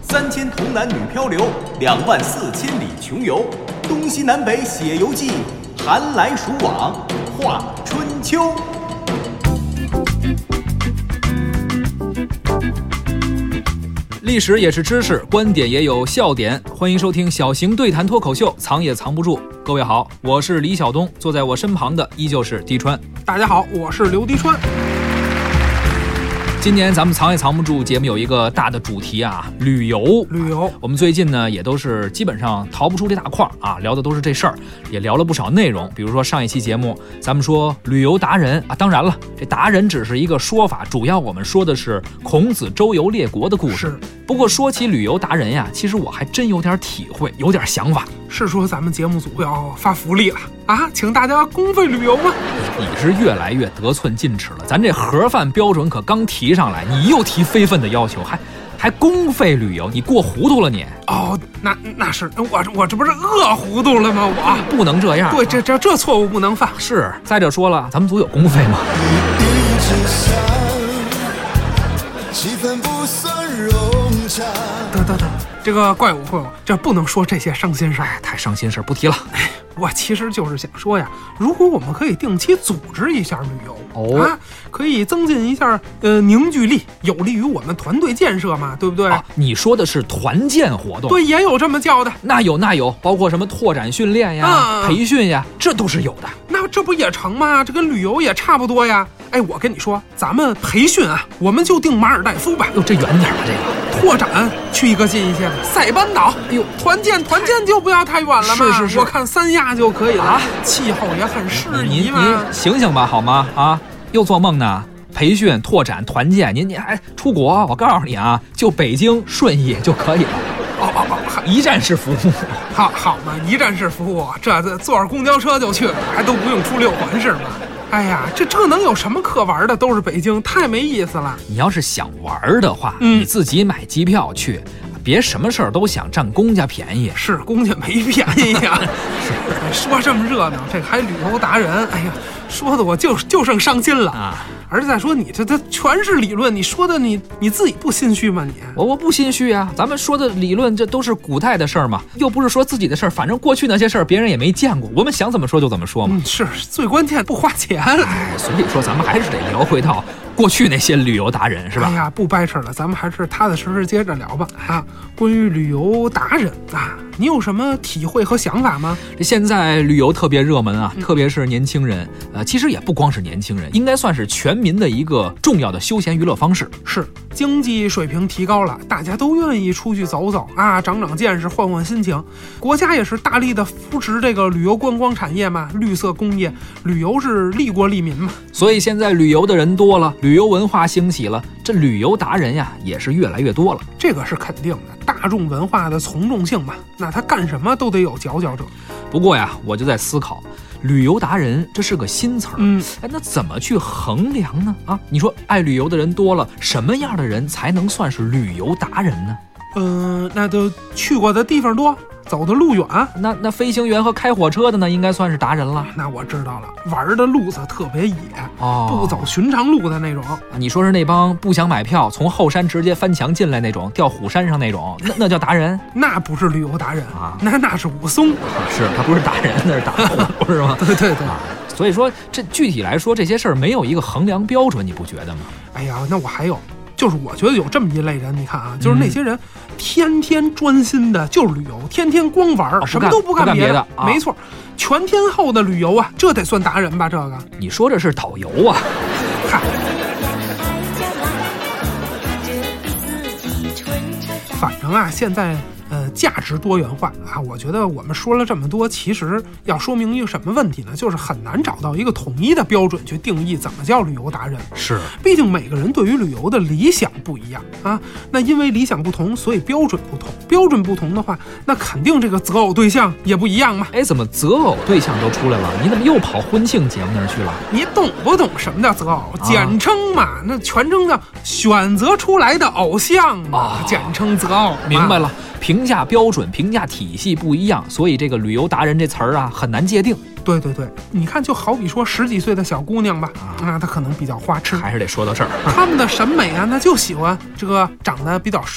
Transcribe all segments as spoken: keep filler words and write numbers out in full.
三千童男女漂流，两万四千里穷游，东西南北写游记，寒来暑往画春秋。 历史也是知识，观点也有笑点。欢迎收听小型对谈脱口秀，藏也藏不住。各位好，我是李晓东，坐在我身旁的依旧是滴川。 大家好，我是刘滴川。 今年咱们藏也藏不住节目有一个大的主题啊，旅游。 旅游， 我们最近呢也都是基本上逃不出这大块啊，聊的都是这事儿，也聊了不少内容。比如说上一期节目，咱们说旅游达人啊，当然了，这达人只是一个说法，主要我们说的是孔子周游列国的故事。不过说起旅游达人呀，其实我还真有点体会，有点想法。 是说咱们节目组要发福利了啊，请大家公费旅游吗？ 你是越来越得寸进尺了，咱这盒饭标准可刚提上来，你又提非分的要求，还还公费旅游，你过糊涂了你。 哦，那那是我我这不是饿糊涂了吗？我不能这样。 对，这这这错误不能犯。 是，再者说了，咱们组有公费吗？ 气氛不算融洽。得得得，这个怪我怪我，这不能说这些伤心事儿， 太伤心事儿，不提了。 哎，我其实就是想说呀，如果我们可以定期组织一下旅游，哦啊，可以增进一下呃凝聚力，有利于我们团队建设嘛，对不对？啊， 你说的是团建活动？ 对，也有这么叫的。 那有那有，包括什么拓展训练呀、啊、培训呀，这都是有的。 那这不也成吗？这跟旅游也差不多呀。哎，我跟你说，咱们培训啊，我们就定马尔代夫吧。 哟，这远点了，这个。 拓展去一个近一些的塞班岛。哎呦，团建团建就不要太远了嘛。 是是是， 我看三亚就可以了啊，气候也很适宜嘛。 您您醒醒吧，好吗？啊，又做梦呢。培训、拓展、团建，您您还出国？我告诉你啊，就北京顺义就可以了。 哦哦哦， 一站式服务。 好好嘛，一站式服务，这坐着公交车就去了，还都不用出六环是吗？哎呀，这这能有什么可玩的？都是北京，太没意思了。 你要是想玩的话，嗯、你自己买机票去，别什么事儿都想占公家便宜。 是，公家没便宜呀。是，说这么热闹，这还旅游达人，哎呀，说的我就就剩伤心了啊！而且再说你这这全是理论，你说的你你自己不心虚吗？你我我不心虚啊，咱们说的理论这都是古代的事儿嘛，又不是说自己的事儿，反正过去那些事儿别人也没见过，我们想怎么说就怎么说嘛。 嗯，是最关键不花钱。 哎，所以说咱们还是得聊回到过去那些旅游达人，是吧？ 哎呀，不掰扯了，咱们还是踏踏实实接着聊吧。啊，关于旅游达人啊，你有什么体会和想法吗？ 现在旅游特别热门啊，嗯、特别是年轻人，呃，其实也不光是年轻人，应该算是全民的一个重要的休闲娱乐方式。 是，经济水平提高了，大家都愿意出去走走啊，长长见识，换换心情。国家也是大力的扶持这个旅游观光产业嘛，绿色工业，旅游是利国利民嘛。 所以现在旅游的人多了，旅游文化兴起了，这旅游达人呀也是越来越多了。 这个是肯定的，大众文化的从众性嘛，那他干什么都得有佼佼者。 不过呀，我就在思考，旅游达人这是个新词儿，嗯，哎，那怎么去衡量呢？啊，你说爱旅游的人多了，什么样的人才能算是旅游达人呢？ 嗯、呃，那都去过的地方多，走的路远， 那那飞行员和开火车的呢，应该算是达人了。 那我知道了，玩的路子特别野，哦，不走寻常路的那种。 你说是那帮不想买票，从后山直接翻墙进来那种，掉虎山上那种，那那叫达人？ 那不是旅游达人啊，那那是武松。 啊、是他不是达人，那是达虎是吗？ 对对对。 啊，所以说这具体来说，这些事儿没有一个衡量标准，你不觉得吗？ 哎呀，那我还有。就是我觉得有这么一类人，你看啊，就是那些人天天专心的就是旅游，天天光玩，哦、什么都不干别的。 别的啊、 没错，全天候的旅游啊，这得算达人吧？这个你说这是导游啊？ 嗨，反正啊，现在。呃，价值多元化啊，我觉得我们说了这么多，其实要说明一个什么问题呢？就是很难找到一个统一的标准去定义怎么叫旅游达人。 是， 毕竟每个人对于旅游的理想不一样啊。那因为理想不同，所以标准不同。标准不同的话，那肯定这个择偶对象也不一样嘛。 哎，怎么择偶对象都出来了？你怎么又跑婚庆节目那儿去了？ 你懂不懂什么叫择偶？啊、简称嘛，那全称叫选择出来的偶像嘛，啊、简称择偶。 明白了。评价标准、评价体系不一样，所以这个旅游达人这词儿啊很难界定。 对对对，你看，就好比说十几岁的小姑娘吧，啊，她可能比较花痴， 还是得说到这儿。 他们的审美啊，那就喜欢这个长得比较帅的、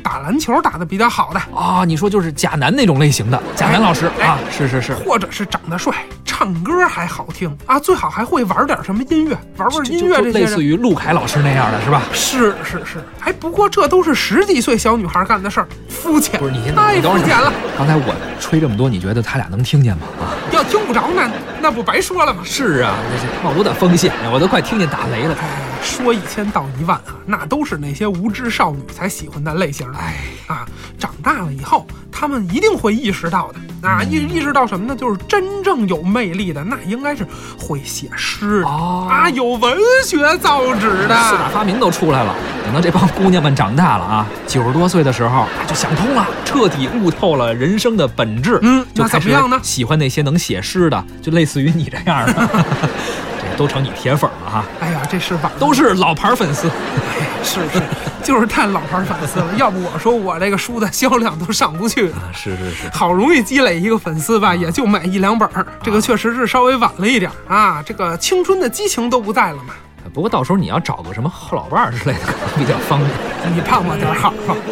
打篮球打得比较好的啊，你说就是贾南那种类型的贾南老师、哎、啊，是是是， 或者是长得帅，唱歌还好听啊，最好还会玩点什么音乐，玩玩音乐这些人， 类似于陆凯老师那样的是吧？ 是是是，哎，不过这都是十几岁小女孩干的事儿，肤浅。 不是你现在太肤浅了。 刚才我吹这么多，你觉得他俩能听见吗？啊， 要听不着那那不白说了吗？ 是啊，那是冒多大风险呀！我都快听见打雷了。 哎，说一千道一万啊，那都是那些无知少女才喜欢的类型的。 哎啊，长大了以后，他们一定会意识到的。啊，意意识到什么呢？就是真正有魅力的，那应该是会写诗的、哦、啊，有文学造纸的， 四大发明都出来了。等到这帮姑娘们长大了啊，九十多岁的时候，就想通了，彻底悟透了人生的本质。 嗯， 就开始怎么样呢？ 喜欢那些能写诗的，就类似于你这样的，这都成你铁粉了哈。 哎呀，这是吧？ 都是老牌粉丝。 哎，是是，就是太老牌粉丝了。要不我说我这个书的销量都上不去了。 啊、是是是， 好容易积累一个粉丝吧，也就买一两本，这个确实是稍微晚了一点啊。这个青春的激情都不在了嘛。 不过到时候你要找个什么后老伴儿之类的，可能比较方便。 你盼我点好吧。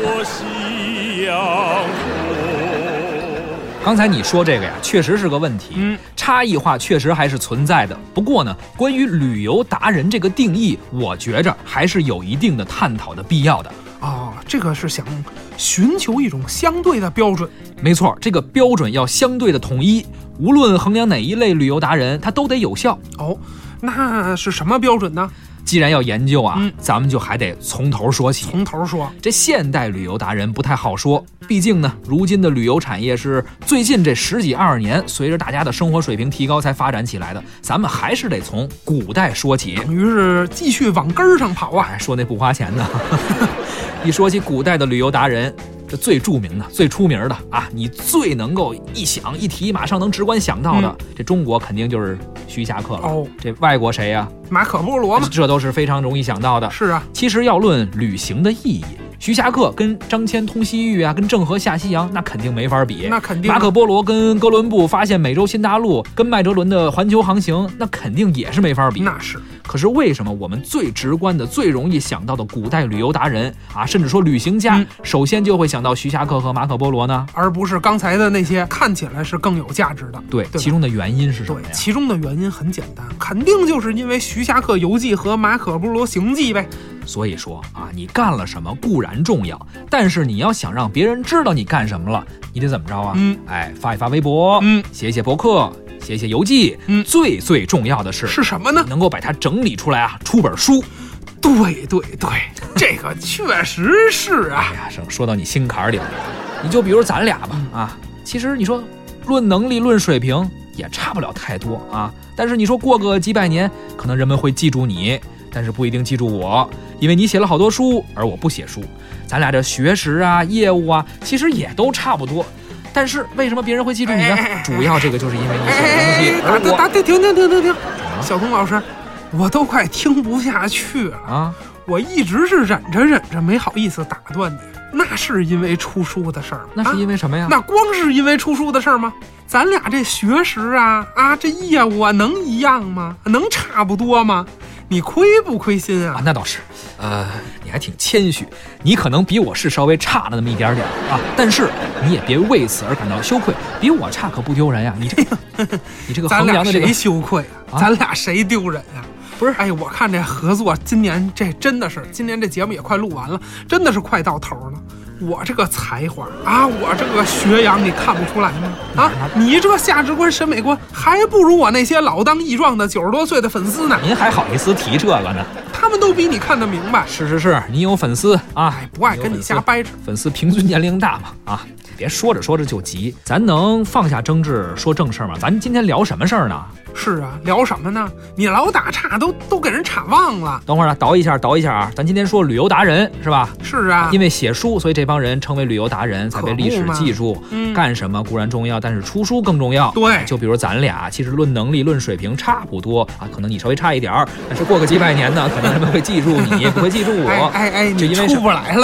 刚才你说这个呀，确实是个问题。 嗯， 差异化确实还是存在的。不过呢，关于旅游达人这个定义，我觉着还是有一定的探讨的必要的。 哦，这个是想寻求一种相对的标准。 没错，这个标准要相对的统一，无论衡量哪一类旅游达人，它都得有效。 哦，那是什么标准呢？ 既然要研究啊、 嗯， 咱们就还得从头说起。 从头说， 这现代旅游达人不太好说，毕竟呢，如今的旅游产业是最近这十几二十年，随着大家的生活水平提高才发展起来的。咱们还是得从古代说起， 等于是继续往根儿上跑啊。 哎、说那不花钱的。一说起古代的旅游达人，这最著名的、最出名的啊，你最能够一想一提，马上能直观想到的，嗯、这中国肯定就是徐霞客了。哦，这外国谁呀、啊？ 马可波罗嘛， 这都是非常容易想到的。 是啊， 其实要论旅行的意义，徐霞客跟张骞通西域啊，跟郑和下西洋，那肯定没法比。 那肯定。 马可波罗跟哥伦布发现美洲新大陆，跟麦哲伦的环球航行，那肯定也是没法比。 那是。 可是为什么我们最直观的、最容易想到的古代旅游达人啊，甚至说旅行家，嗯、首先就会想到徐霞客和马可波罗呢？ 而不是刚才的那些看起来是更有价值的。 对，对其中的原因是什么呀？ 对，其中的原因很简单，肯定就是因为徐霞客游记和马可波罗行记呗。 所以说啊，你干了什么固然重要，但是你要想让别人知道你干什么了，你得怎么着啊？ 嗯， 哎，发一发微博， 嗯， 写写博客，写写游记， 嗯， 最最重要的是是什么呢？ 能够把它整理出来啊，出本书。 对对对，这个确实是啊。 哎呀，说到你心坎里了。你就比如咱俩吧，啊，其实你说论能力、论水平也差不了太多啊。但是你说过个几百年，可能人们会记住你。但是不一定记住我，因为你写了好多书，而我不写书。咱俩这学识啊、业务啊，其实也都差不多。但是为什么别人会记住你呢？哎、主要这个就是因为你写的东西。 而我，打停停停停停停，小东老师，我都快听不下去了啊！我一直是忍着忍着，没好意思打断你。那是因为出书的事儿吗？ 那是因为什么呀？ 啊、那光是因为出书的事儿吗？咱俩这学识啊啊，这业务啊，能一样吗？能差不多吗？你亏不亏心啊？ 啊，那倒是，呃，你还挺谦虚，你可能比我是稍微差了那么一点点啊，但是你也别为此而感到羞愧，比我差可不丢人呀。你这个，你这个衡量的这个， 咱俩谁羞愧啊？啊咱俩谁丢人呀？ 不是， 哎，我看这合作今年这真的是，今年这节目也快录完了，真的是快到头了。我这个才华啊，我这个学养，你看不出来吗？啊，你这价值观、审美观，还不如我那些老当益壮的九十多岁的粉丝呢。 您还好意思提这个呢？ 他们都比你看得明白。 是是是，你有粉丝啊， 哎，不爱跟你瞎掰扯。 粉丝平均年龄大嘛，啊，别说着说着就急，咱能放下争执说正事吗？咱今天聊什么事儿呢？ 是啊，聊什么呢？你老打岔都都给人岔忘了。 等会儿啊，倒一下，倒一下啊！咱今天说旅游达人是吧？ 是啊， 因为写书，所以这帮人成为旅游达人，才被历史记住。 嗯， 干什么固然重要，但是出书更重要。 对， 就比如咱俩，其实论能力、论水平差不多啊，可能你稍微差一点儿，但是过个几百年呢，可能人们会记住你，不会记住我。 哎哎哎，你出不来了吧？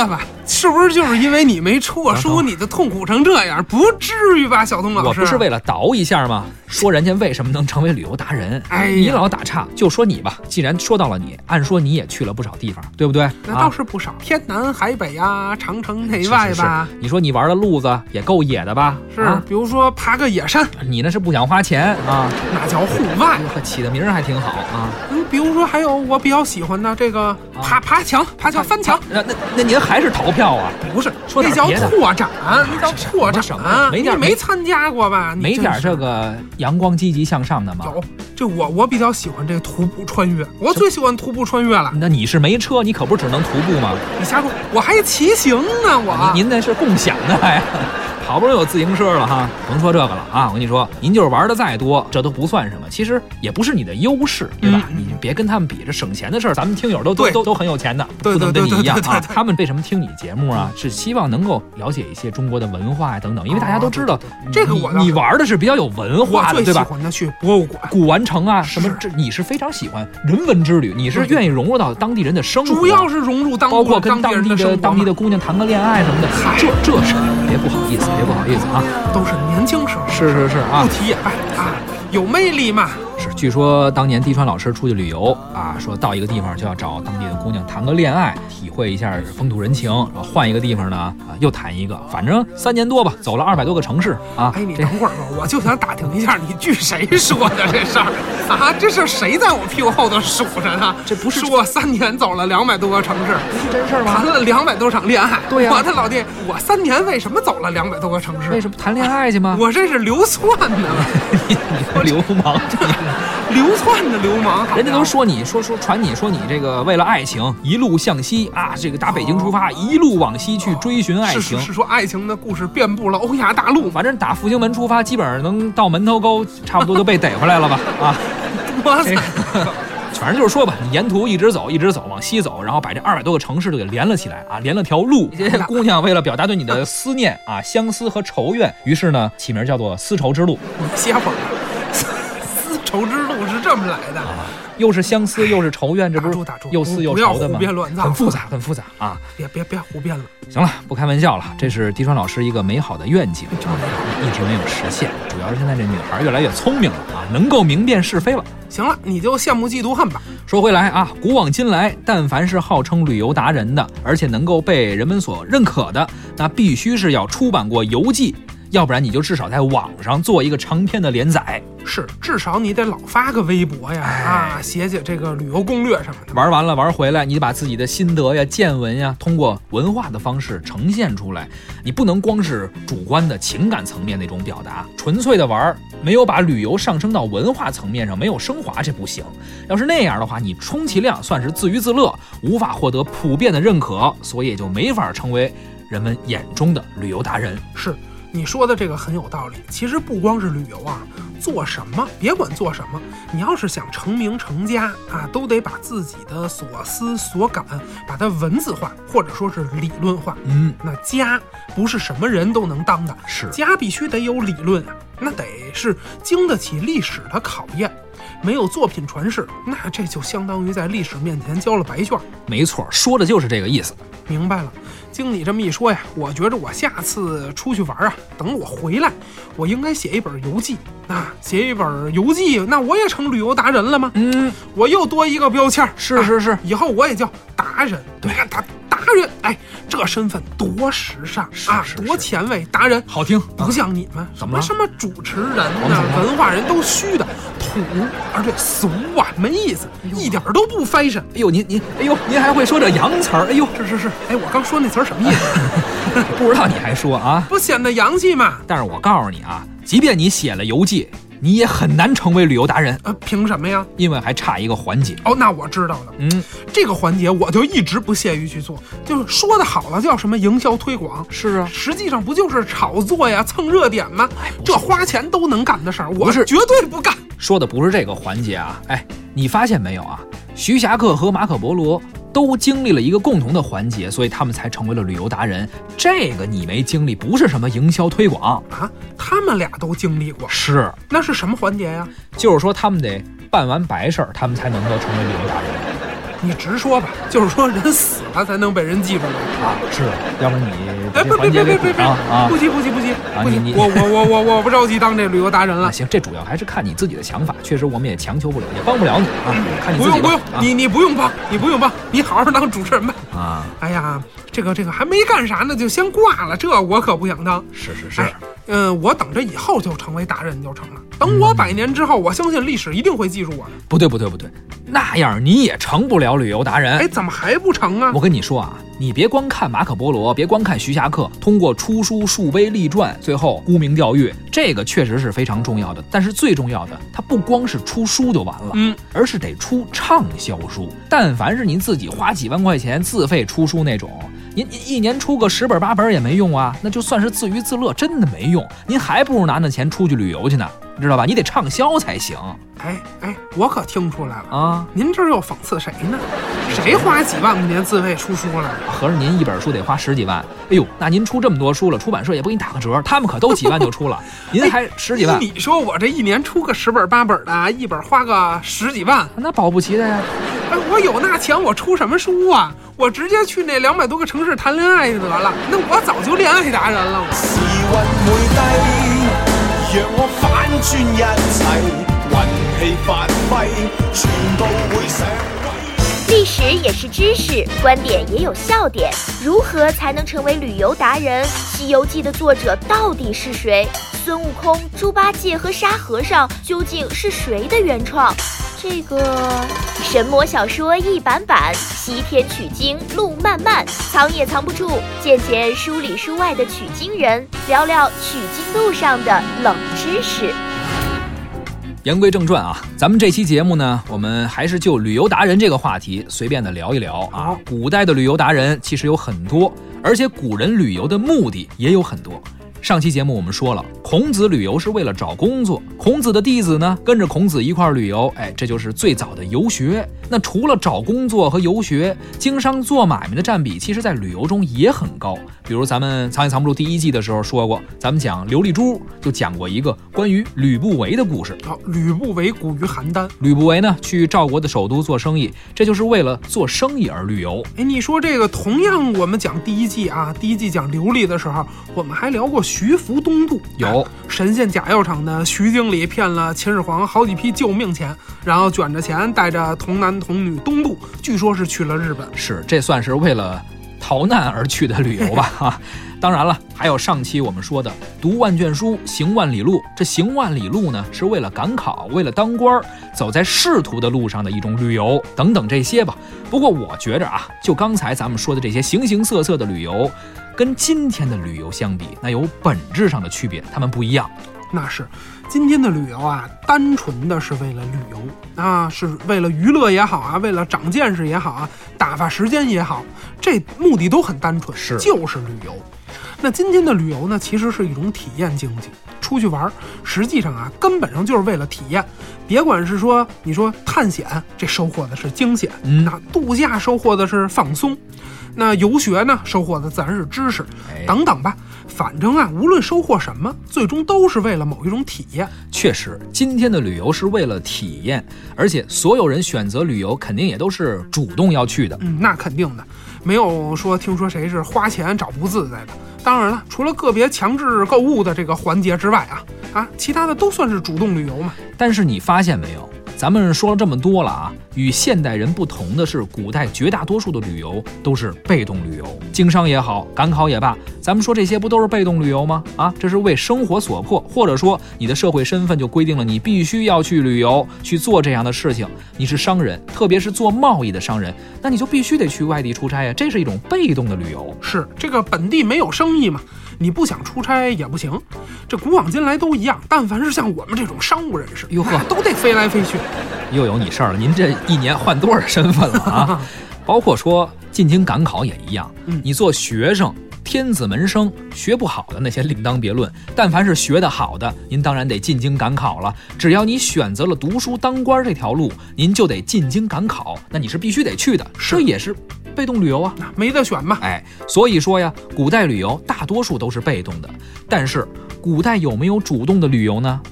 是不是就是因为你没出过书，你的痛苦成这样？不至于吧，小东老师？ 我不是为了倒一下吗？说人家为什么能成为旅游达人？ 哎， 你老打岔，就说你吧。既然说到了你，按说你也去了不少地方，对不对？ 那倒是不少，啊、天南海北呀，长城内外吧。 是是是，你说你玩的路子也够野的吧？ 是， 啊、 比如说爬个野山， 你那是不想花钱啊？ 那叫户外。 起的名儿还挺好啊。 嗯，比如说还有我比较喜欢的这个爬、啊、爬墙、爬墙、翻墙。 那那那您还是逃票啊？ 不是， 说那叫拓展，那叫拓展。 没点你没参加过吧？ 没点这个阳光积极向上的吗？ 有，这我我比较喜欢这个徒步穿越，我最喜欢徒步穿越了。 那你是没车，你可不只能徒步吗？ 你瞎说，我还骑行呢，我。 您那是共享的还。好不容易有自行车了哈，甭说这个了啊！我跟你说，您就是玩的再多，这都不算什么。其实也不是你的优势，对吧？嗯、你别跟他们比，这省钱的事儿，咱们听友都都都都很有钱的，不能跟你一样啊。他们为什么听你节目啊？是希望能够了解一些中国的文化呀等等，因为大家都知道，哦、 这个我你玩的是比较有文化的，对吧？ 我最喜欢的去博物馆、 古玩城啊，什么这你是非常喜欢人文之旅，你是愿意融入到当地人的生活， 主要是融入当包括跟当地的当地的姑娘谈个恋爱什么的，这这是别不好意思，别不好意思啊。 都是年轻时候， 是是是啊， 不提也罢啊，有魅力嘛。 是，据说当年滴川老师出去旅游啊，说到一个地方就要找当地的姑娘谈个恋爱，体会一下风土人情，然后换一个地方呢啊又谈一个，反正三年多吧，走了二百多个城市啊。 哎，你等会儿吧，我就想打听一下，你据谁说的这事儿啊？这是谁在我屁股后头数着呢？ 这不是说三年走了两百多个城市， 不是真事儿吗？ 谈了两百多场恋爱。 对呀、 啊，我的老弟，我三年为什么走了两百多个城市？ 为什么谈恋爱去吗？ 我这是流窜呢， 你你流氓， 流窜的流氓。 人家都说你说说传你说你这个为了爱情一路向西啊，这个打北京出发，哦、一路往西去追寻爱情。 是, 是, 是说爱情的故事遍布了欧亚大陆， 反正打复兴门出发，基本上能到门头沟，差不多就被逮回来了吧？啊， 哇塞！ 反正就是说吧，你沿途一直走，一直走，往西走，然后把这二百多个城市都给连了起来啊，连了条路。这些姑娘为了表达对你的思念啊、相思和仇怨，于是呢起名叫做丝绸之路。 你歇会儿，丝绸之路是这么来的。 啊又是相思又是仇怨，这不是又思又仇的吗？很复杂，很复杂啊！ 别别别胡编了。 行了，不开玩笑了，这是滴川老师一个美好的愿景，一直没有实现。主要是现在这女孩越来越聪明了啊，能够明辨是非了。 行了，你就羡慕嫉妒恨吧。 说回来啊，古往今来，但凡是号称旅游达人的，而且能够被人们所认可的，那必须是要出版过游记。要不然你就至少在网上做一个长篇的连载， 是至少你得老发个微博呀，哎、啊，写写这个旅游攻略什么的。 玩完了玩回来，你得把自己的心得呀、见闻呀，通过文化的方式呈现出来。你不能光是主观的情感层面那种表达，纯粹的玩，没有把旅游上升到文化层面上，没有升华，这不行。要是那样的话，你充其量算是自娱自乐，无法获得普遍的认可，所以也就没法成为人们眼中的旅游达人。 是。你说的这个很有道理，其实不光是旅游啊，做什么别管做什么，你要是想成名成家啊，都得把自己的所思所感把它文字化，或者说是理论化。 嗯， 那家不是什么人都能当的， 是家必须得有理论啊，那得是经得起历史的考验。没有作品传世，那这就相当于在历史面前交了白卷。 没错，说的就是这个意思。 明白了，经你这么一说呀，我觉着我下次出去玩啊，等我回来，我应该写一本游记啊，写一本游记，那我也成旅游达人了吗？ 嗯， 我又多一个标签。 是是是， 啊、以后我也叫达人。 对， 你看达达人，哎，这身份多时尚啊， 是是是多前卫，达人好听， 不像你们、啊、 什么什么主持人呢，文化人都虚的土，而且俗啊，没意思，一点都不 fashion。 哎呦，您您，哎呦，您还会说这洋词儿？哎呦， 是是是，哎，我刚说那词儿什么意思？ 不知道你还说啊？ 不显得洋气吗？ 但是我告诉你啊，即便你写了游记，你也很难成为旅游达人。 呃，凭什么呀？ 因为还差一个环节。 哦，那我知道了。 嗯， 这个环节我就一直不屑于去做，就是说的好了叫什么营销推广， 是啊， 实际上不就是炒作呀、蹭热点吗？ 哎、 这花钱都能干的事儿，我是绝对不干。 说的不是这个环节啊，哎，你发现没有啊？徐霞客和马可波罗都经历了一个共同的环节，所以他们才成为了旅游达人。这个你没经历，不是什么营销推广啊，他们俩都经历过。 是， 那是什么环节呀？ 就是说他们得办完白事儿，他们才能够成为旅游达人。 你直说吧，就是说人死了才能被人记住啊，是，要不然你哎，别别别别别别啊， 不急不急不急不急， 你我我我我我不着急当这旅游达人了。 行，这主要还是看你自己的想法，确实我们也强求不了，也帮不了你啊，看你自己。 不用不用， 啊、 你你不用帮，你不用帮，你好好当主持人吧。 啊， 哎呀，这个这个还没干啥呢，就先挂了，这我可不想当。 是是是， 嗯、呃，我等着以后就成为达人就成了。等我百年之后，我相信历史一定会记住我的。 不对不对不对，那样你也成不了旅游达人。 哎，怎么还不成啊？ 我跟你说啊，你别光看马可波罗，别光看徐霞客，通过出书、树碑、立传，最后沽名钓誉，这个确实是非常重要的。但是最重要的，它不光是出书就完了， 嗯， 而是得出畅销书。但凡是您自己花几万块钱自费出书那种，您一年出个十本八本也没用啊，那就算是自娱自乐，真的没用。您还不如拿那钱出去旅游去呢，你知道吧？你得畅销才行。 哎哎，我可听出来了啊！ 您这又讽刺谁呢？谁花几万块钱自费出书了？ 合着您一本书得花十几万？哎呦，那您出这么多书了，出版社也不给你打个折，他们可都几万就出了，您还十几万？ 你说我这一年出个十本八本的，一本花个十几万， 那保不齐的呀。 哎，我有那钱，我出什么书啊？我直接去那两百多个城市谈恋爱就得了，那我早就恋爱达人了。 时运回低，让我反转一切，运气发挥，全部会上位。 历史也是知识，观点也有笑点。如何才能成为旅游达人？《西游记》的作者到底是谁？孙悟空、猪八戒和沙和尚究竟是谁的原创？这个神魔小说一版版，西天取经路漫漫，藏也藏不住。见见书里书外的取经人，聊聊取经路上的冷知识。 言归正传啊，咱们这期节目呢，我们还是就旅游达人这个话题随便的聊一聊啊。古代的旅游达人其实有很多，而且古人旅游的目的也有很多。上期节目我们说了，孔子旅游是为了找工作，孔子的弟子呢跟着孔子一块旅游，哎，这就是最早的游学。那除了找工作和游学，经商做买卖的占比其实在旅游中也很高。比如咱们藏也藏不住第一季的时候说过，咱们讲刘立珠就讲过一个关于吕不韦的故事。 好，吕不韦古于邯郸， 吕不韦呢去赵国的首都做生意，这就是为了做生意而旅游。 哎，你说这个同样我们讲第一季啊，第一季讲刘立的时候，我们还聊过徐福东渡， 有神仙假药厂的徐经理骗了秦始皇好几批救命钱，然后卷着钱带着童男童女东渡，据说是去了日本。 是，这算是为了逃难而去的旅游吧啊！当然了，还有上期我们说的读万卷书，行万里路。这行万里路呢，是为了赶考，为了当官，走在仕途的路上的一种旅游，等等这些吧。不过我觉着啊，就刚才咱们说的这些形形色色的旅游，跟今天的旅游相比，那有本质上的区别，它们不一样。 那是，今天的旅游啊，单纯的是为了旅游啊，是为了娱乐也好啊，为了长见识也好啊，打发时间也好，这目的都很单纯， 是就是旅游。那今天的旅游呢，其实是一种体验经济，出去玩，实际上啊，根本上就是为了体验。别管是说你说探险，这收获的是惊险； 嗯， 那度假收获的是放松；那游学呢，收获的自然是知识，等等吧。反正啊，无论收获什么，最终都是为了某一种体验。 确实，今天的旅游是为了体验，而且所有人选择旅游，肯定也都是主动要去的。 嗯，那肯定的，没有说听说谁是花钱找不自在的。当然了，除了个别强制购物的这个环节之外啊，啊，其他的都算是主动旅游嘛。 但是你发现没有？咱们说了这么多了啊，与现代人不同的是，古代绝大多数的旅游都是被动旅游，经商也好，赶考也罢，咱们说这些不都是被动旅游吗？啊，这是为生活所迫，或者说你的社会身份就规定了你必须要去旅游，去做这样的事情。你是商人，特别是做贸易的商人，那你就必须得去外地出差呀，这是一种被动的旅游。 是，这个本地没有生意嘛，你不想出差也不行。这古往今来都一样，但凡是像我们这种商务人士， 哟呵， 都得飞来飞去。 又有你事儿了，您这一年换多少身份了啊？包括说进京赶考也一样，你做学生，天子门生，学不好的那些另当别论，但凡是学得好的，您当然得进京赶考了。只要你选择了读书当官这条路，您就得进京赶考，那你是必须得去的，这也是被动旅游啊， 没得选嘛。 哎，所以说呀，古代旅游大多数都是被动的，但是古代有没有主动的旅游呢？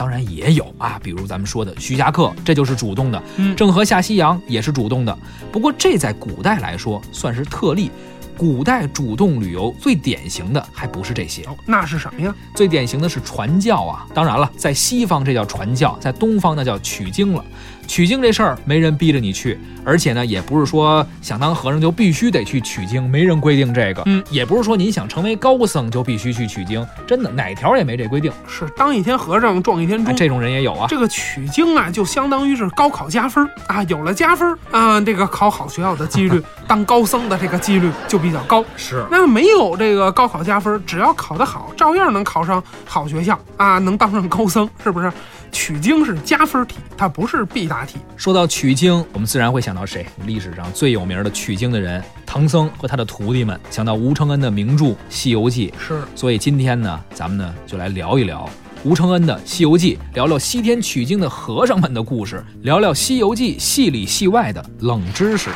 当然也有啊，比如咱们说的徐霞客，这就是主动的， 嗯， 郑和下西洋也是主动的。不过这在古代来说算是特例。古代主动旅游最典型的还不是这些， 哦，那是什么呀？ 最典型的是传教啊！当然了，在西方这叫传教，在东方那叫取经了。取经这事儿没人逼着你去，而且呢，也不是说想当和尚就必须得去取经，没人规定这个。 嗯， 也不是说您想成为高僧就必须去取经，真的哪条也没这规定。 是当一天和尚撞一天钟， 这种人也有啊。 这个取经啊，就相当于是高考加分啊，有了加分啊，这个考好学校的几率，当高僧的这个几率就比较高。 是， 那没有这个高考加分，只要考得好，照样能考上好学校啊，能当上高僧，是不是？取经是加分题，它不是必答题。 说到取经，我们自然会想到谁？历史上最有名的取经的人，唐僧和他的徒弟们，想到吴承恩的名著《西游记》。 是， 所以今天呢，咱们呢就来聊一聊吴承恩的《西游记》，聊聊西天取经的和尚们的故事，聊聊《西游记》戏里戏外的冷知识。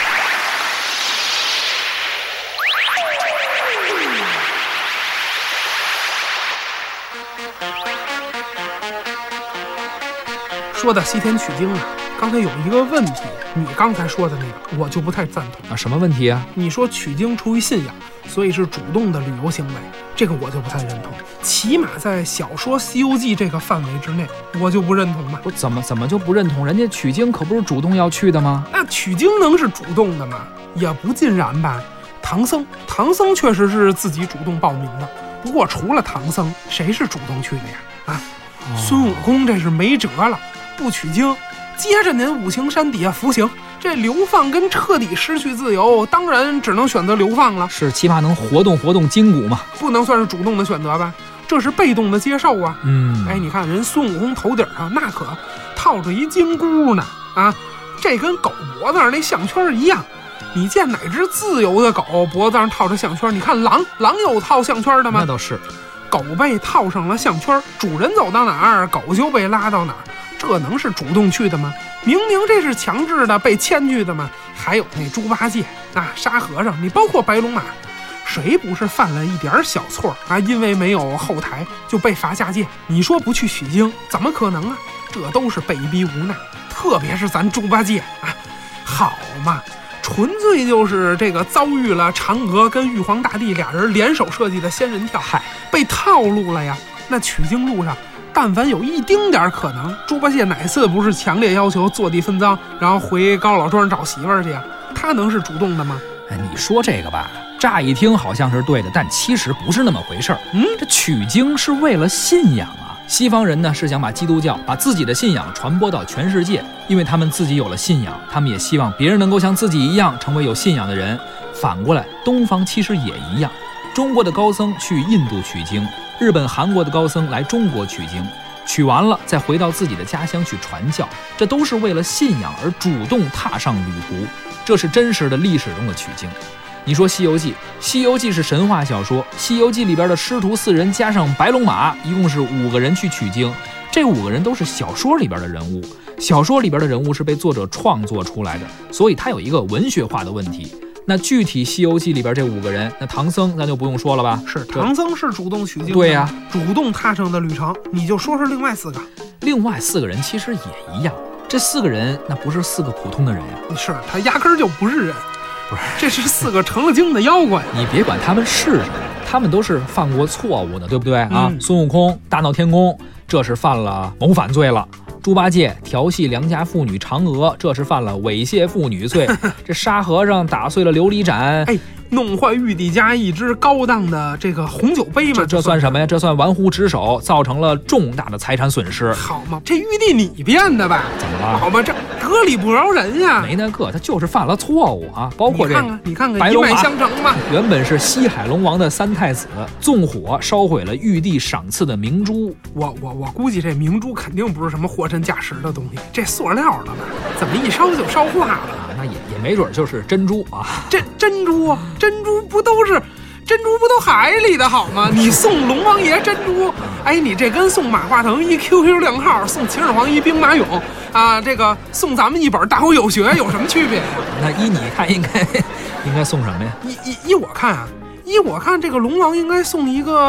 说到西天取经啊，刚才有一个问题，你刚才说的那个，我就不太赞同啊。什么问题啊？ 你说取经出于信仰，所以是主动的旅游行为，这个我就不太认同。起码在小说《西游记》这个范围之内，我就不认同嘛。 不，怎么怎么就不认同？人家取经可不是主动要去的吗？ 那取经能是主动的吗？也不尽然吧。唐僧，唐僧确实是自己主动报名的。不过除了唐僧，谁是主动去的呀？啊，哦、孙悟空这是没辙了。不取经，接着您五行山底下服刑，这流放跟彻底失去自由，当然只能选择流放了。 是，起码能活动活动筋骨嘛， 不能算是主动的选择吧？这是被动的接受啊。 嗯， 哎，你看人孙悟空头顶上那可套着一金箍呢，啊，这跟狗脖子上那项圈一样。你见哪只自由的狗脖子上套着项圈？你看狼，狼有套项圈的吗？ 那倒是。 狗被套上了项圈，主人走到哪儿，狗就被拉到哪儿。这能是主动去的吗？明明这是强制的，被牵去的嘛。还有那猪八戒啊，沙和尚，你包括白龙马，谁不是犯了一点小错啊？因为没有后台就被罚下界。你说不去取经，怎么可能啊？这都是被逼无奈。特别是咱猪八戒啊，好嘛，纯粹就是这个遭遇了嫦娥跟玉皇大帝俩人联手设计的仙人跳， 嗨， 被套路了呀。那取经路上，但凡有一丁点可能，猪八戒哪次不是强烈要求坐地分赃，然后回高老庄找媳妇儿去啊？他能是主动的吗？ 哎，你说这个吧，乍一听好像是对的，但其实不是那么回事儿。 嗯， 这取经是为了信仰啊。西方人呢是想把基督教、把自己的信仰传播到全世界，因为他们自己有了信仰，他们也希望别人能够像自己一样成为有信仰的人。反过来，东方其实也一样。中国的高僧去印度取经，日本、韩国的高僧来中国取经，取完了再回到自己的家乡去传教，这都是为了信仰而主动踏上旅途，这是真实的历史中的取经。你说《西游记》，《西游记》是神话小说，《西游记》里边的师徒四人加上白龙马，一共是五个人去取经。这五个人都是小说里边的人物，小说里边的人物是被作者创作出来的，所以它有一个文学化的问题。那具体《西游记》里边这五个人，那唐僧咱就不用说了吧？ 是，唐僧是主动取经的， 对呀、啊， 主动踏上的旅程。你就说说另外四个， 另外四个人其实也一样，这四个人那不是四个普通的人呀、 啊，是他压根儿就不是人。不是，这是四个成了精的妖怪。 你别管他们是什么，他们都是犯过错误的，对不对啊？ 嗯、 孙悟空大闹天宫，这是犯了谋反罪了；猪八戒调戏良家妇女嫦娥，这是犯了猥亵妇女罪；这沙和尚打碎了琉璃盏， 哎，弄坏玉帝家一只高档的这个红酒杯嘛， 这这算什么呀？这算玩忽职守，造成了重大的财产损失。 好嘛，这玉帝你编的吧？ 怎么了？ 好吧，这歌里不饶人呀！ 没那个，他就是犯了错误啊！包括这， 你看看，你看看， 白龙马一脉相承嘛。 原本是西海龙王的三太子，纵火烧毁了玉帝赏赐的明珠。 我我我估计这明珠肯定不是什么货真价实的东西，这塑料的吧？怎么一烧就烧化了？ 啊，那也也没准就是珍珠啊！ 这珍珠，珍珠不都是？珍珠不都海里的好吗？你送龙王爷珍珠，哎，你这跟送马化腾一 Q Q 靓号，送秦始皇一兵马俑啊，这个送咱们一本大国有学有什么区别？ 那依你看，应该应该送什么呀？ 依依依我看啊，依我看，这个龙王应该送一个大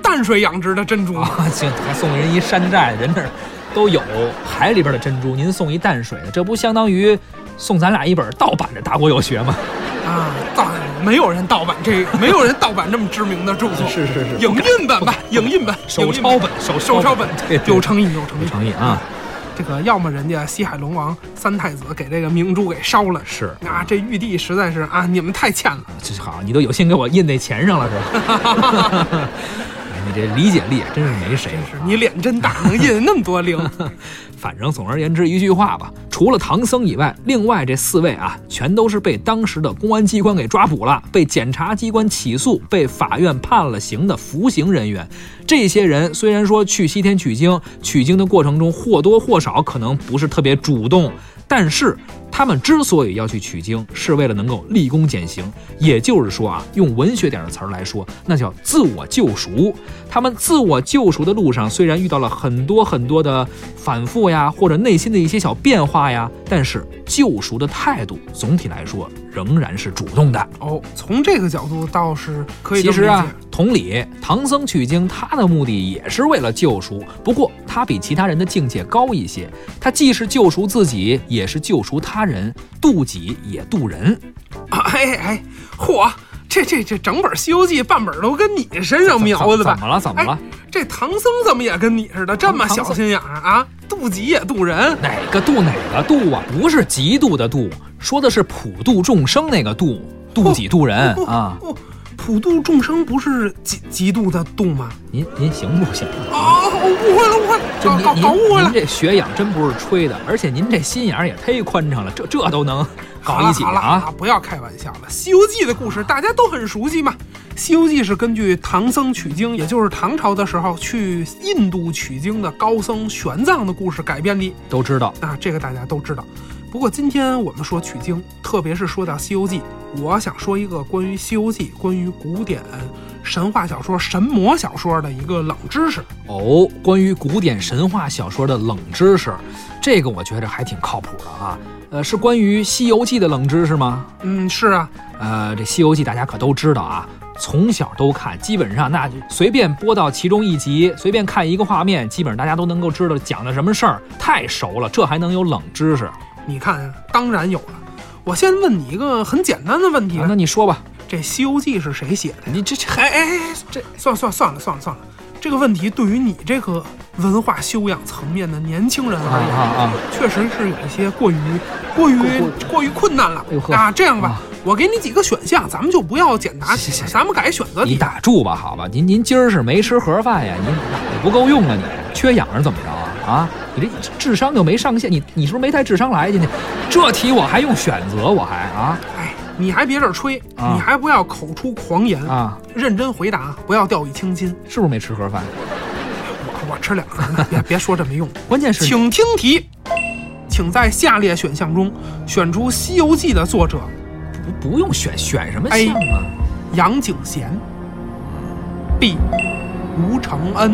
淡水养殖的珍珠啊，行，还送人一山寨，人那儿都有海里边的珍珠，您送一淡水的，这不相当于送咱俩一本盗版的《大国有学》吗？ 啊，盗没有人盗版这个，没有人盗版这么知名的著作， 是是是， 影印本吧，影印本， 手抄本，手手抄本， 对， 有诚意，有诚意， 有诚意啊！ 这个要么人家西海龙王三太子给这个明珠给烧了， 是啊，这玉帝实在是啊，你们太欠了。 这好，你都有心给我印那钱上了是吧？你这理解力真是没谁， 真是你脸真大，能印那么多零。 反正总而言之一句话吧，除了唐僧以外，另外这四位啊，全都是被当时的公安机关给抓捕了，被检察机关起诉，被法院判了刑的服刑人员。这些人虽然说去西天取经，取经的过程中或多或少可能不是特别主动，但是他们之所以要去取经，是为了能够立功减刑，也就是说啊，用文学点的词儿来说，那叫自我救赎。他们自我救赎的路上，虽然遇到了很多很多的反复呀，或者内心的一些小变化呀，但是救赎的态度总体来说仍然是主动的。 哦，从这个角度倒是可以。 其实啊，同理，唐僧取经他的目的也是为了救赎，不过他比其他人的境界高一些，他既是救赎自己，也是救赎他人，渡己也渡人。 哎哎，嚯！这这这整本《西游记》半本都跟你身上描的吧？ 怎么了？怎么了？ 这唐僧怎么也跟你似的这么小心眼儿啊？渡己也渡人， 哪个渡哪个渡啊？不是极度的渡，说的是普度众生那个渡，渡己渡人、哦、啊。 哦，普度众生不是极极度的度吗？ 您您行不行？ 哦，误会了，误会了， 就搞搞误会了。 您这学养真不是吹的，而且您这心眼也忒宽敞了，这这都能搞一起啊！好了好了，不要开玩笑了。《西游记》的故事大家都很熟悉嘛，《西游记》是根据唐僧取经，也就是唐朝的时候去印度取经的高僧玄奘的故事改编的， 都知道啊，这个大家都知道。不过今天我们说取经，特别是说到《西游记》，我想说一个关于《西游记》、关于古典神话小说、神魔小说的一个冷知识。 哦，关于古典神话小说的冷知识，这个我觉得还挺靠谱的啊。呃，是关于《西游记》的冷知识吗？ 嗯，是啊。 呃，这《西游记》大家可都知道啊，从小都看，基本上那就随便播到其中一集，随便看一个画面，基本上大家都能够知道讲的什么事儿，太熟了。这还能有冷知识？ 你看啊，当然有了。我先问你一个很简单的问题、啊啊、那你说吧， 这《西游记》是谁写的？ 你这这哎哎哎，这算算算了算了算了，这个问题对于你这个文化修养层面的年轻人而言， 啊啊啊、 确实是有一些过于过于过于困难了啊。这样吧、啊，我给你几个选项，咱们就不要简答题，咱们改选择题。 你打住吧，好吧？您您今儿是没吃盒饭呀？您脑子不够用啊？你缺氧是怎么着啊？啊，你这智商就没上限，你你是不是没带智商来今天？这题我还用选择，我还啊？ 哎，你还别这吹、啊，你还不要口出狂言啊！ 认真回答，不要掉以轻心。 是不是没吃盒饭？ 我我吃两盒呢，别别说这么用。 关键是， 请听题，请在下列选项中选出《西游记》的作者。 不不用选，选什么项啊？ A. 杨景贤 B. 吴承恩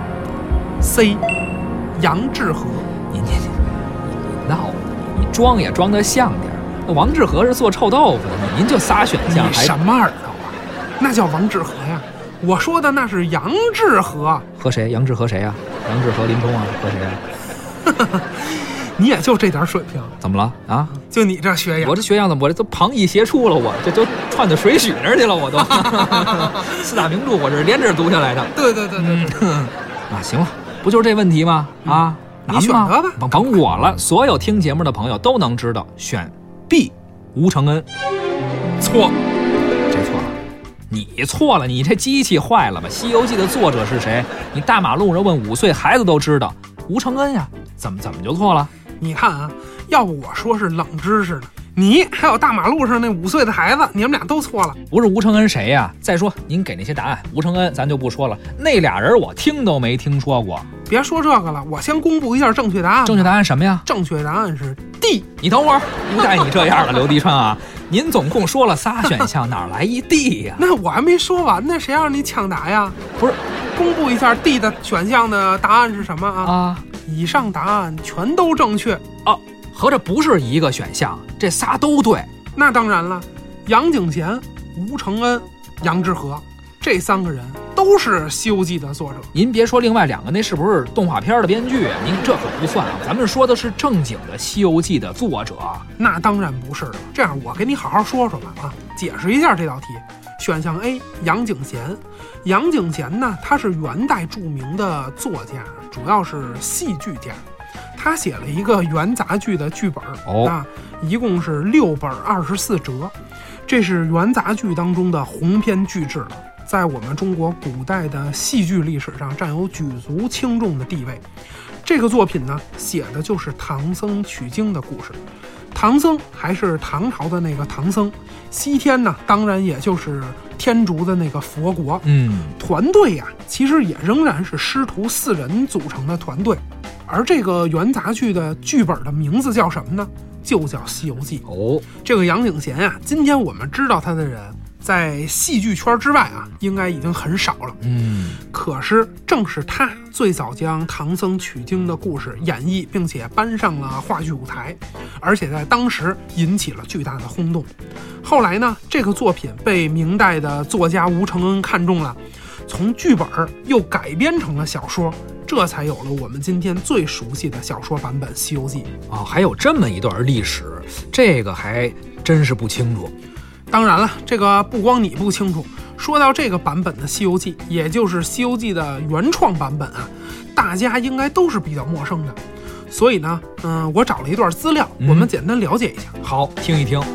C. 杨致和。 你你你你闹的，你装也装得像点。那王致和是做臭豆腐的，您就仨选项， 你什么耳朵啊？那叫王致和呀，我说的那是杨致和。 和谁？杨致和谁呀、啊？杨致和林冲啊？和谁啊？ 你也就这点水平， 怎么了啊？ 就你这学养， 我这学养怎么？我这都旁逸斜出了，我这都串到水许那儿去了，我都。四大名著我这是连着读下来的。 对对对对对。 嗯、啊，行了，不就是这问题吗？啊， 嗯、你选择吧， 甭甭我了，所有听节目的朋友都能知道，选 B 吴承恩。 错， 这错了。你错了，你这机器坏了吧？《西游记》的作者是谁？你大马路上问五岁孩子都知道，吴承恩呀，怎么怎么就错了？ 你看啊，要不我说是冷知识呢，你还有大马路上那五岁的孩子，你们俩都错了。 不是吴承恩谁呀？再说您给那些答案，吴承恩咱就不说了，那俩人我听都没听说过。 别说这个了，我先公布一下正确答案。 正确答案什么呀？ 正确答案是 D。 你等会儿，不带你这样的，刘迪川啊！您总共说了仨选项，哪来一 D 呀？ 那我还没说完呢，谁让你抢答呀？ 不是， 公布一下 D 的选项的答案是什么啊？ 啊， 以上答案全都正确哦，合着不是一个选项，这仨都对。 那当然了，杨景贤、吴承恩、杨致和这三个人都都是《西游记》的作者。 您别说另外两个，那是不是动画片的编剧啊？您这可不算啊，咱们说的是正经的《西游记》的作者。 那当然不是了。这样，我给你好好说说吧啊，解释一下这道题。选项 A， 杨景贤。杨景贤呢，他是元代著名的作家，主要是戏剧家。他写了一个元杂剧的剧本、 哦、 啊，一共是六本二十四折，这是元杂剧当中的鸿篇巨制了，在我们中国古代的戏剧历史上占有举足轻重的地位。这个作品呢，写的就是唐僧取经的故事。唐僧还是唐朝的那个唐僧，西天呢，当然也就是天竺的那个佛国。 嗯， 团队呀、啊，其实也仍然是师徒四人组成的团队。而这个元杂剧的剧本的名字叫什么呢？就叫《西游记》。 哦， 这个杨景贤啊，今天我们知道他的人，在戏剧圈之外啊，应该已经很少了。 嗯， 可是正是他最早将唐僧取经的故事演绎，并且搬上了话剧舞台，而且在当时引起了巨大的轰动。后来呢，这个作品被明代的作家吴承恩看中了，从剧本又改编成了小说，这才有了我们今天最熟悉的小说版本《西游记》。 哦，还有这么一段历史，这个还真是不清楚。 当然了，这个不光你不清楚，说到这个版本的《西游记》，也就是《西游记》的原创版本啊，大家应该都是比较陌生的。所以呢，嗯、呃，我找了一段资料，我们简单了解一下。 嗯、好，听一听。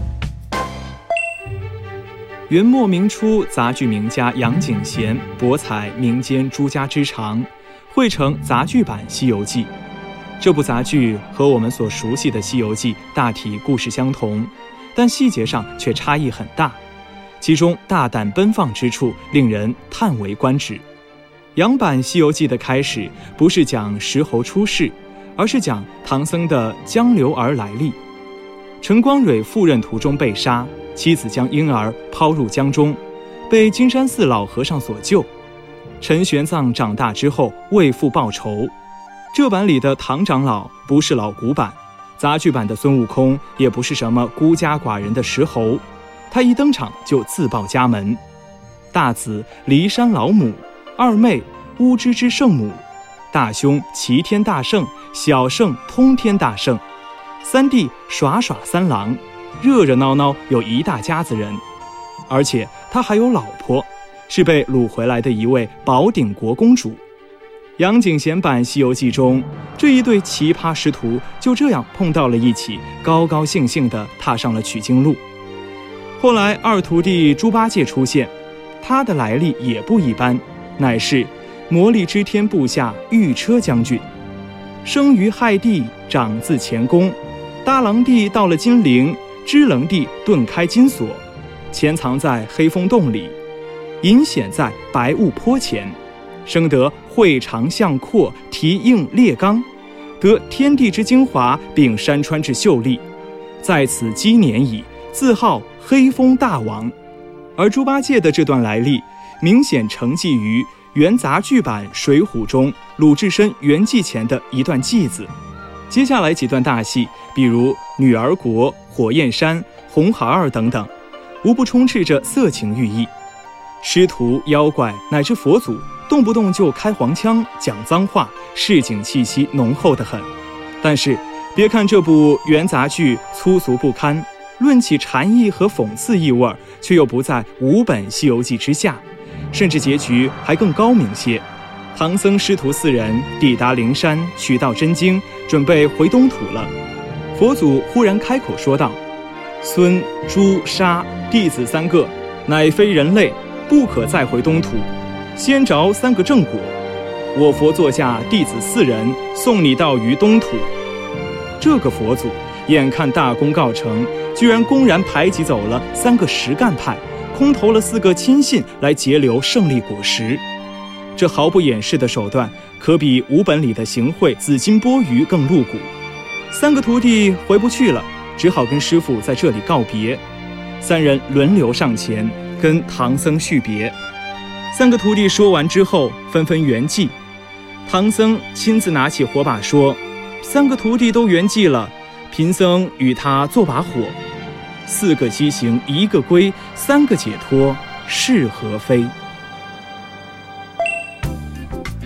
元末明初，杂剧名家杨景贤博采民间诸家之长，绘成杂剧版《西游记》。这部杂剧和我们所熟悉的《西游记》大体故事相同，但细节上却差异很大，其中大胆奔放之处令人叹为观止。杨版《西游记》的开始不是讲石猴出世，而是讲唐僧的江流儿来历。陈光蕊赴任途中被杀，妻子将婴儿抛入江中，被金山寺老和尚所救。陈玄奘长大之后为父报仇。这版里的唐长老不是老古版，杂剧版的孙悟空也不是什么孤家寡人的石猴，他一登场就自报家门。大子骊山老母，二妹乌吱吱圣母，大兄齐天大圣，小圣通天大圣，三弟耍耍三郎，热热闹闹有一大家子人。而且他还有老婆，是被掳回来的一位宝鼎国公主。杨景贤版《西游记》中，这一对奇葩师徒就这样碰到了一起，高高兴兴地踏上了取经路。后来二徒弟猪八戒出现，他的来历也不一般，乃是魔力之天部下御车将军，生于亥地，长自乾宫。搭郎地到了金陵，支棱地顿开金锁，潜藏在黑风洞里，隐显在白雾坡前，生得喙长象阔，蹄硬裂刚，得天地之精华，并山川之秀丽，在此积年矣，自号黑风大王。而猪八戒的这段来历，明显承继于元杂剧版《水浒》中鲁智深圆寂前的一段偈子。接下来几段大戏，比如女儿国、火焰山、红孩儿等等，无不充斥着色情寓意。师徒、妖怪乃至佛祖动不动就开黄腔、讲脏话，市井气息浓厚得很。但是别看这部元杂剧粗俗不堪，论起禅意和讽刺意味，却又不在五本《西游记》之下，甚至结局还更高明些。唐僧师徒四人抵达灵山，取到真经，准备回东土了。佛祖忽然开口说道：孙、朱、沙弟子三个，乃非人类，不可再回东土，先着三个正果。我佛座下弟子四人，送你到于东土。这个佛祖眼看大功告成，居然公然排挤走了三个实干派，空投了四个亲信来截留胜利果实。这毫不掩饰的手段，可比五本里的行贿紫金钵盂更露骨。三个徒弟回不去了，只好跟师父在这里告别。三人轮流上前跟唐僧续别。三个徒弟说完之后，纷纷圆寂。唐僧亲自拿起火把说：三个徒弟都圆寂了，贫僧与他做把火。四个西行，一个归，三个解脱，是何非？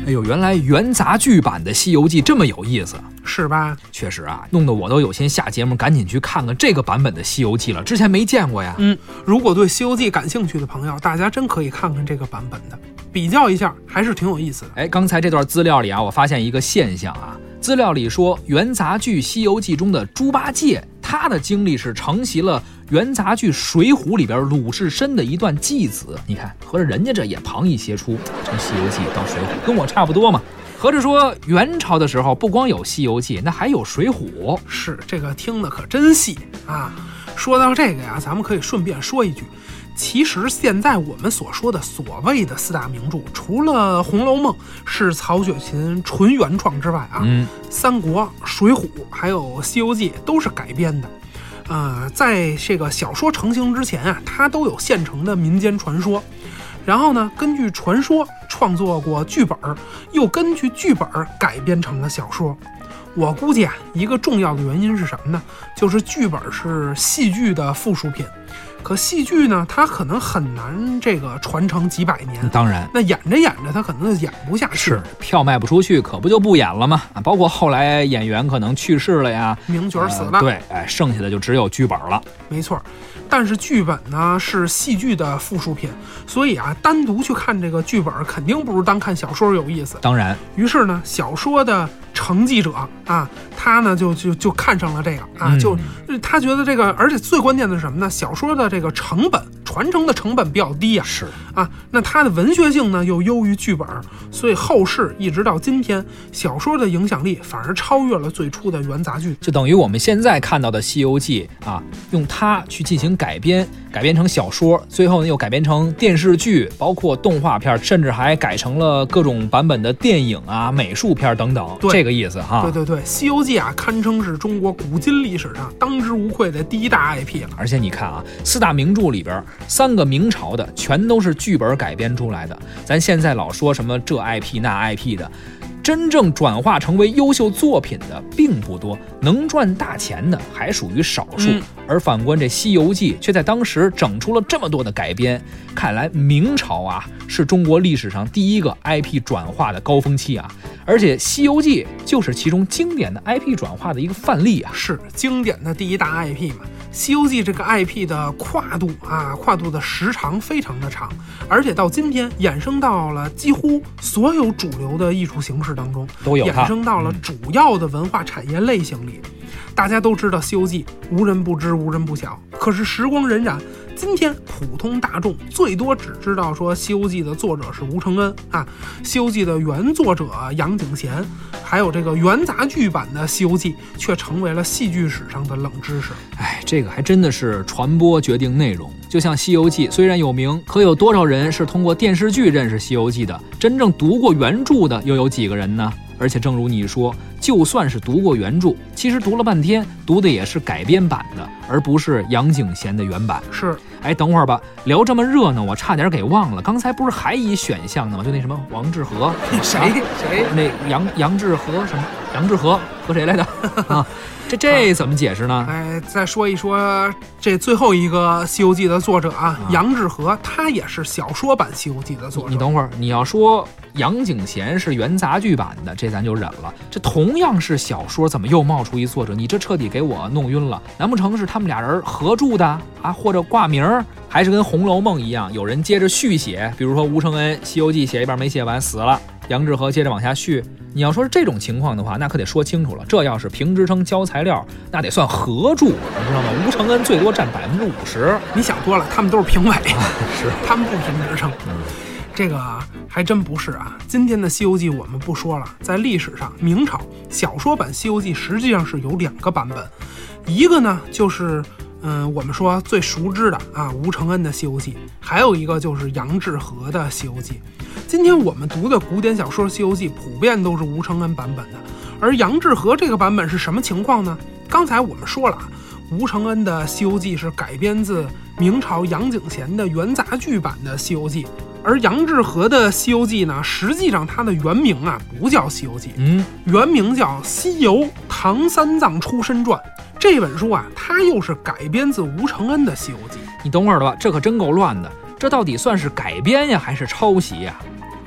哎呦，原来元杂剧版的《西游记》这么有意思， 是吧？ 确实啊，弄得我都有心下节目赶紧去看看这个版本的《西游记》了，之前没见过呀。 嗯，如果对《西游记》感兴趣的朋友，大家真可以看看这个版本的，比较一下，还是挺有意思的。 哎，刚才这段资料里啊，我发现一个现象啊，资料里说元杂剧《西游记》中的猪八戒，他的经历是承袭了元杂剧《水浒》里边鲁智深的一段记子。你看，合着人家这也旁逸斜出，从《西游记》到《水浒》，跟我差不多嘛。合着说元朝的时候不光有《西游记》，那还有《水浒》。 是，这个听的可真细啊！说到这个呀，咱们可以顺便说一句，其实现在我们所说的所谓的四大名著，除了《红楼梦》是曹雪芹纯原创之外啊，嗯，三国、水浒还有《西游记》都是改编的。呃，在这个小说成型之前啊，它都有现成的民间传说。然后呢，根据传说创作过剧本，又根据剧本改编成了小说。我估计啊，一个重要的原因是什么呢？就是剧本是戏剧的附属品，可戏剧呢，它可能很难这个传承几百年。 当然， 那演着演着，它可能就演不下去。 是，票卖不出去，可不就不演了吗？啊，包括后来演员可能去世了呀， 名角死了， 呃、对，哎，剩下的就只有剧本了。 没错，但是剧本呢是戏剧的附属品，所以啊，单独去看这个剧本，肯定不如单看小说有意思。 当然， 于是呢，小说的承继者啊，他呢就就就看上了这个啊，就他觉得这个，而且最关键的是什么呢？小说的这个成本传承的成本比较低啊， 是啊，那它的文学性呢又优于剧本，所以后世一直到今天，小说的影响力反而超越了最初的元杂剧， 就等于我们现在看到的《西游记》啊，用它去进行改编，改编成小说，最后呢又改编成电视剧，包括动画片，甚至还改成了各种版本的电影啊、美术片等等，这个意思哈。 对对对，《西游记》啊，堪称是中国古今历史上当之无愧的第一大 I P 了。 而且你看啊，四大名著里边，三个明朝的全都是剧本改编出来的。咱现在老说什么这 I P 那 I P 的，真正转化成为优秀作品的并不多，能赚大钱的还属于少数。嗯、而反观这《西游记》，却在当时整出了这么多的改编。看来明朝啊，是中国历史上第一个 I P 转化的高峰期啊。而且《西游记》就是其中经典的 I P 转化的一个范例啊， 是经典的第一大 I P 嘛。《西游记》这个 I P 的跨度啊，跨度的时长非常的长，而且到今天衍生到了几乎所有主流的艺术形式当中， 都有它， 衍生到了主要的文化产业类型里。嗯、大家都知道《西游记》无人不知，无人不晓。可是时光荏苒，今天普通大众最多只知道说《西游记》的作者是吴承恩啊，《西游记》的原作者杨景贤，还有这个元杂剧版的《西游记》却成为了戏剧史上的冷知识。 哎，这个还真的是传播决定内容。就像《西游记》虽然有名，可有多少人是通过电视剧认识《西游记》的？真正读过原著的又有几个人呢？而且正如你说，就算是读过原著，其实读了半天，读的也是改编版的，而不是杨景贤的原版。 是， 哎，等会儿吧，聊这么热闹，我差点给忘了，刚才不是还一选项呢吗？就那什么王致和， 谁谁、 啊、那杨杨致和什么？杨致和和谁来着？啊，这这怎么解释呢？ 哎，再说一说这最后一个《西游记》的作者啊，啊杨致和，他也是小说版《西游记》的作者。 你等会儿，你要说杨景贤是元杂剧版的，这咱就忍了。这同样是小说，怎么又冒出一作者？你这彻底给我弄晕了。难不成是他们俩人合著的啊？或者挂名？还是跟《红楼梦》一样，有人接着续写？比如说吴承恩《西游记》写一半没写完死了，杨致和接着往下续。你要说是这种情况的话，那可得说清楚了。这要是评职称交材料，那得算合著，你知道吗？吴承恩最多占百分之五十。 你想多了，他们都是评委， 啊、是他们不评职称。嗯，这个还真不是啊。今天的《西游记》我们不说了，在历史上，明朝小说版《西游记》实际上是有两个版本，一个呢就是嗯，我们说最熟知的啊，吴承恩的《西游记》，还有一个就是杨致和的《西游记》。今天我们读的古典小说《西游记》普遍都是吴承恩版本的，而杨致和这个版本是什么情况呢？刚才我们说了，吴承恩的《西游记》是改编自明朝杨景贤的元杂剧版的《西游记》，而杨致和的《西游记》呢，实际上它的原名啊不叫《西游记》，嗯，原名叫《西游唐三藏出身传》。这本书啊，它又是改编自吴承恩的《西游记》。 你等会儿了吧，这可真够乱的。这到底算是改编呀，还是抄袭呀？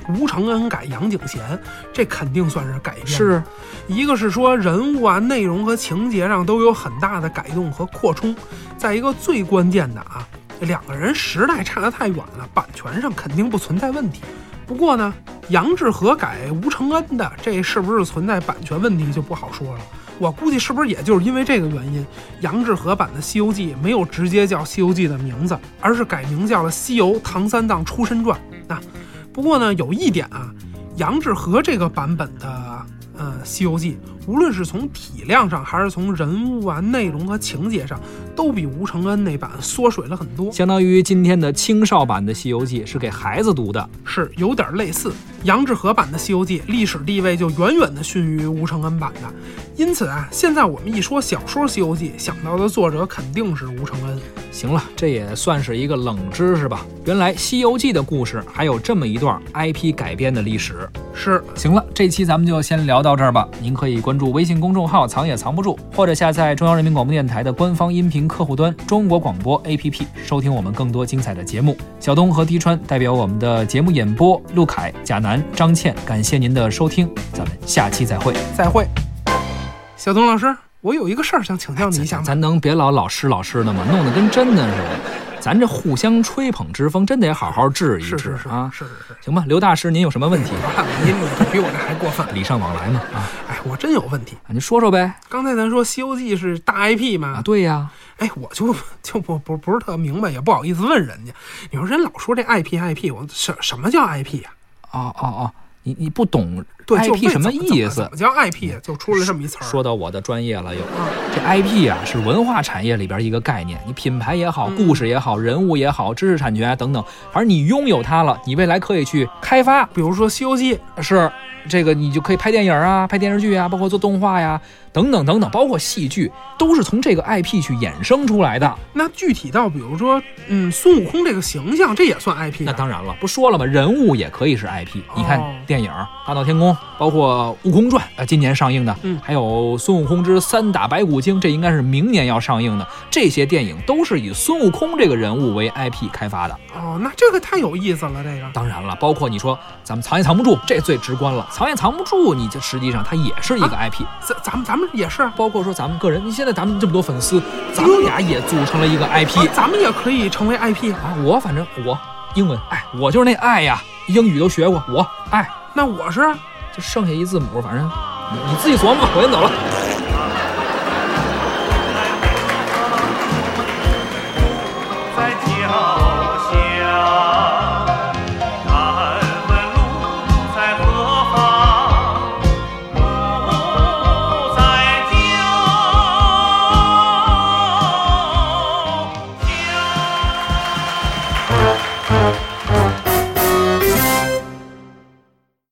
吴承恩改杨景贤，这肯定算是改编。 是， 一个是说人物啊、内容和情节上都有很大的改动和扩充，再一个最关键的啊，两个人时代差得太远了，版权上肯定不存在问题。不过呢，杨致和改吴承恩的，这是不是存在版权问题就不好说了。我估计是不是也就是因为这个原因，杨致和版的《西游记》没有直接叫《西游记》的名字，而是改名叫了《西游唐三藏出身传》啊。不过呢，有一点啊，杨致和这个版本的呃《西游记》，无论是从体量上，还是从人物啊、内容和情节上，都比吴承恩那版缩水了很多。 相当于今天的青少版的《西游记》是给孩子读的， 是有点类似。杨致和版的《西游记》历史地位就远远的逊于吴承恩版的，因此啊，现在我们一说小说《西游记》，想到的作者肯定是吴承恩。 行了，这也算是一个冷知识吧。原来《西游记》的故事还有这么一段 I P 改编的历史。 是， 行了，这期咱们就先聊到这儿吧。您可以关注微信公众号“藏也藏不住”，或者下载中央人民广播电台的官方音频客户端中国广播 A P P， 收听我们更多精彩的节目。小东和滴川代表我们的节目演播，陆凯、贾楠、张倩，感谢您的收听，咱们下期再会。 再会。小东老师，我有一个事儿想请教你一下吗？ 咱, 咱能别老老师老师的吗？弄得跟真的似的。咱这互相吹捧之风，真得好好治一治。 是是是啊， 是是是。 行吧，刘大师，您有什么问题？ 您比我这还过分， 礼尚往来嘛啊！ 哎，我真有问题啊，您说说呗。 刚才咱说《西游记》是大 I P 嘛？ 啊，对呀。 哎，我就就不不不是特明白，也不好意思问人家。你说人老说这 I P I P， 我什什么叫 I P 呀、 啊？哦哦哦。你你不懂对 I P 什么意思？ 怎么叫 I P 就出了这么一词儿？ 说到我的专业了又。啊、这 I P 啊是文化产业里边一个概念，你品牌也好，故事也好，人物也好，知识产权等等，反正你拥有它了，你未来可以去开发。 比如说《西游记》， 是这个你就可以拍电影啊，拍电视剧啊，包括做动画呀，等等等等，包括戏剧，都是从这个 I P 去衍生出来的。 那具体到比如说，嗯，孙悟空这个形象，这也算 I P？ 那当然了，不说了吗？人物也可以是 I P。 哦、 你看电影《大闹天宫》，包括《悟空传》呃，今年上映的， 嗯， 还有《孙悟空之三打白骨精》，这应该是明年要上映的。这些电影都是以孙悟空这个人物为 I P 开发的。 哦，那这个太有意思了，这个。 当然了，包括你说咱们藏也藏不住，这最直观了。藏也藏不住，你这实际上它也是一个 I P。 啊、咱咱们咱们也是， 包括说咱们个人，你现在咱们这么多粉丝，咱们俩也组成了一个 I P，、 啊、咱们也可以成为 I P 啊。我反正我英文爱，我就是那爱呀，英语都学过，我爱。 那我是， 就剩下一字母，反正你你自己琢磨吧，我先走了。